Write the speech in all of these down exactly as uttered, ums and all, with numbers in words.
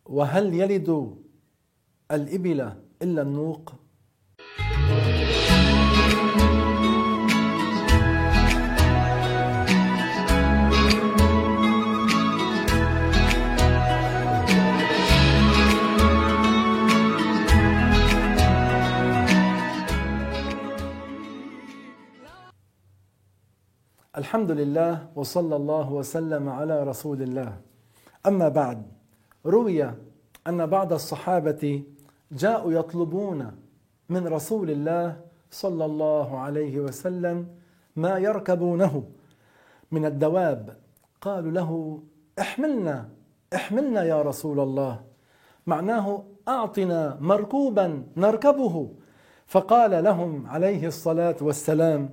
وهل يلد الإبل إلا النوق؟ الحمد لله وصلى الله وسلم على رسول الله. أما بعد، روي أن بعض الصحابة جاءوا يطلبون من رسول الله صلى الله عليه وسلم ما يركبونه من الدواب. قالوا له: احملنا احملنا يا رسول الله، معناه أعطنا مركوبا نركبه. فقال لهم عليه الصلاة والسلام: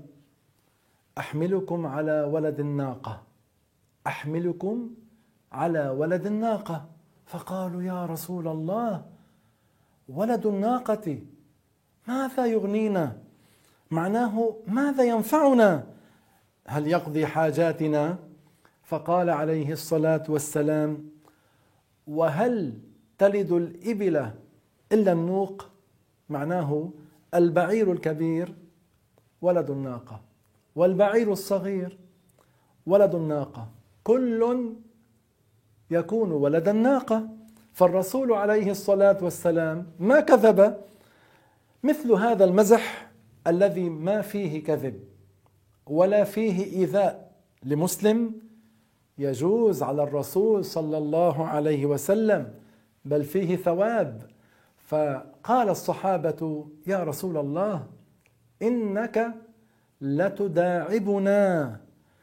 أحملكم على ولد الناقة أحملكم على ولد الناقة. فقالوا: يا رسول الله، ولد الناقة ماذا يغنينا؟ معناه ماذا ينفعنا؟ هل يقضي حاجاتنا؟ فقال عليه الصلاة والسلام: وهل تلد الإبل إلا النوق؟ معناه البعير الكبير ولد الناقة، والبعير الصغير ولد الناقة، كل يكون ولد الناقة. فالرسول عليه الصلاة والسلام ما كذب. مثل هذا المزح الذي ما فيه كذب ولا فيه إيذاء لمسلم يجوز على الرسول صلى الله عليه وسلم، بل فيه ثواب. فقال الصحابة: يا رسول الله، إنك لتداعبنا،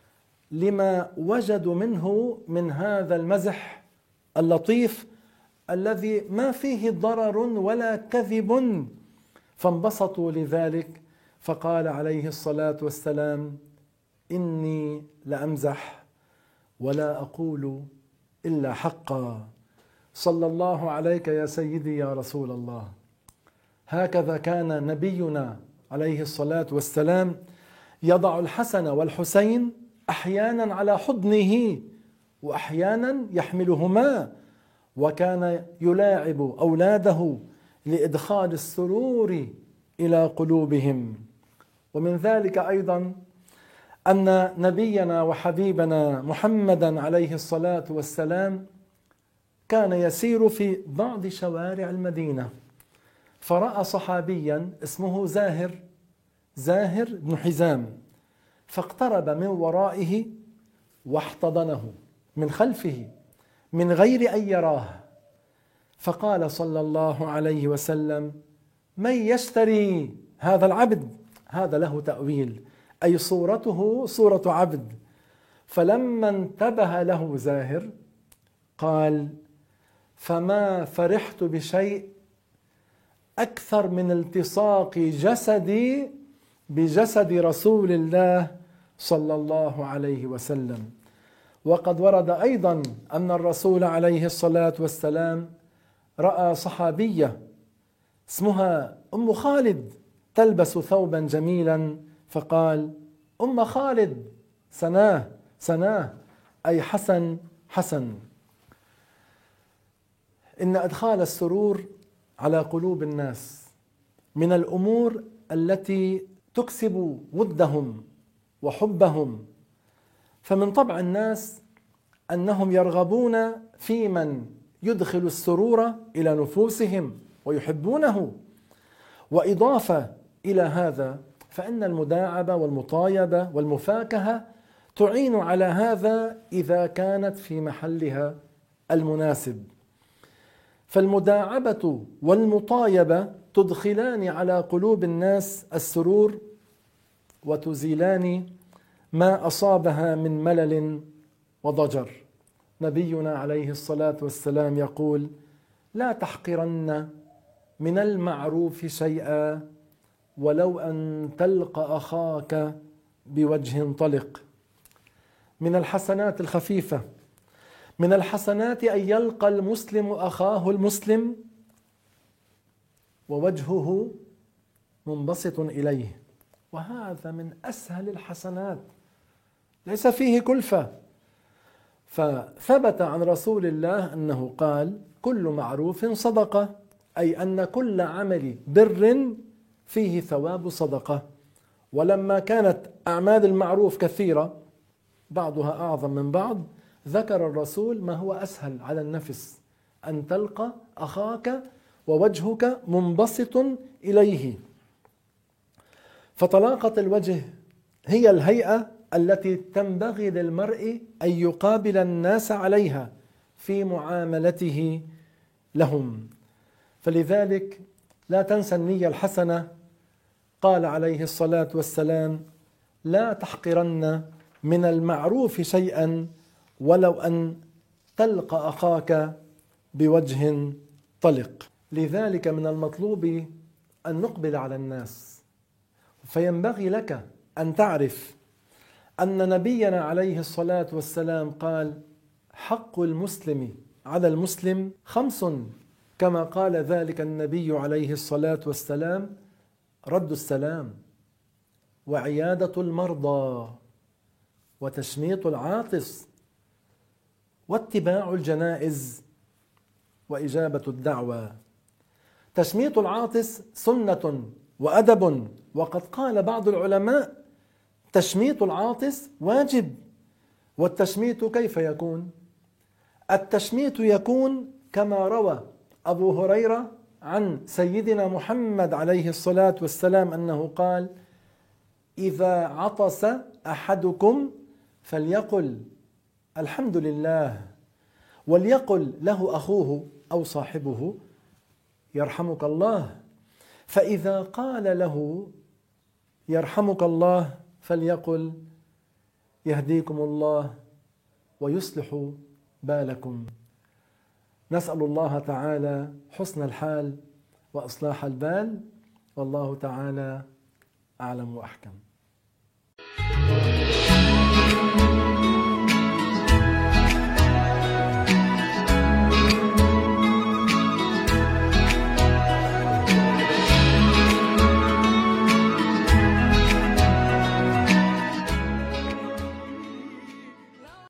لما وجدوا منه من هذا المزح اللطيف الذي ما فيه ضرر ولا كذب. فانبسطوا لذلك. فقال عليه الصلاة والسلام: إني لأمزح ولا أقول إلا حقا. صلى الله عليك يا سيدي يا رسول الله. هكذا كان نبينا عليه الصلاة والسلام يضع الحسن والحسين أحيانا على حضنه وأحيانا يحملهما، وكان يلاعب أولاده لإدخال السرور إلى قلوبهم. ومن ذلك أيضا أن نبينا وحبيبنا محمدا عليه الصلاة والسلام كان يسير في بعض شوارع المدينة، فرأى صحابيا اسمه زاهر زاهر بن حزام، فاقترب من ورائه واحتضنه من خلفه من غير أن يراه. فقال صلى الله عليه وسلم: من يشتري هذا العبد؟ هذا له تأويل، أي صورته صورة عبد. فلما انتبه له زاهر قال: فما فرحت بشيء أكثر من التصاق جسدي بجسد رسول الله صلى الله عليه وسلم. وقد ورد أيضا أن الرسول عليه الصلاة والسلام رأى صحابية اسمها أم خالد تلبس ثوبا جميلا، فقال: أم خالد، سناه سناه، أي حسن حسن. إن إدخال السرور على قلوب الناس من الأمور التي تكسب ودهم وحبهم. فمن طبع الناس أنهم يرغبون في من يدخل السرور إلى نفوسهم ويحبونه. وإضافة إلى هذا فإن المداعبة والمطايبة والمفاكهة تعين على هذا إذا كانت في محلها المناسب. فالمداعبة والمطايبة تدخلان على قلوب الناس السرور وتزيلان ما أصابها من ملل وضجر. نبينا عليه الصلاة والسلام يقول: لا تحقرن من المعروف شيئا ولو أن تلقى أخاك بوجه طلق. من الحسنات الخفيفة، من الحسنات أن يلقى المسلم أخاه المسلم ووجهه منبسط إليه، وهذا من أسهل الحسنات، ليس فيه كلفة. فثبت عن رسول الله أنه قال: كل معروف صدقة، أي أن كل عمل بر فيه ثواب صدقة. ولما كانت أعمال المعروف كثيرة بعضها أعظم من بعض، ذكر الرسول ما هو أسهل على النفس: أن تلقى أخاك ووجهك منبسط إليه. فطلاقة الوجه هي الهيئة التي تنبغي للمرء أن يقابل الناس عليها في معاملته لهم. فلذلك لا تنسى النية الحسنة. قال عليه الصلاة والسلام: لا تحقرن من المعروف شيئا ولو أن تلقى أخاك بوجه طلق. لذلك من المطلوب أن نقبل على الناس، فينبغي لك أن تعرف أن نبينا عليه الصلاة والسلام قال: حق المسلم على المسلم خمس، كما قال ذلك النبي عليه الصلاة والسلام: رد السلام، وعيادة المرضى، وتشميط العاطس، واتباع الجنائز، وإجابة الدعوة. تشميط العاطس سنة وأدب، وقد قال بعض العلماء: تشميط العاطس واجب. والتشميت كيف يكون؟ التشميت يكون كما روى أبو هريرة عن سيدنا محمد عليه الصلاة والسلام أنه قال: إذا عطس أحدكم فليقل الحمد لله، وليقل له أخوه أو صاحبه يرحمك الله. فإذا قال له يرحمك الله فليقل يهديكم الله ويصلح بالكم. نسأل الله تعالى حسن الحال وإصلاح البال، والله تعالى أعلم وأحكم.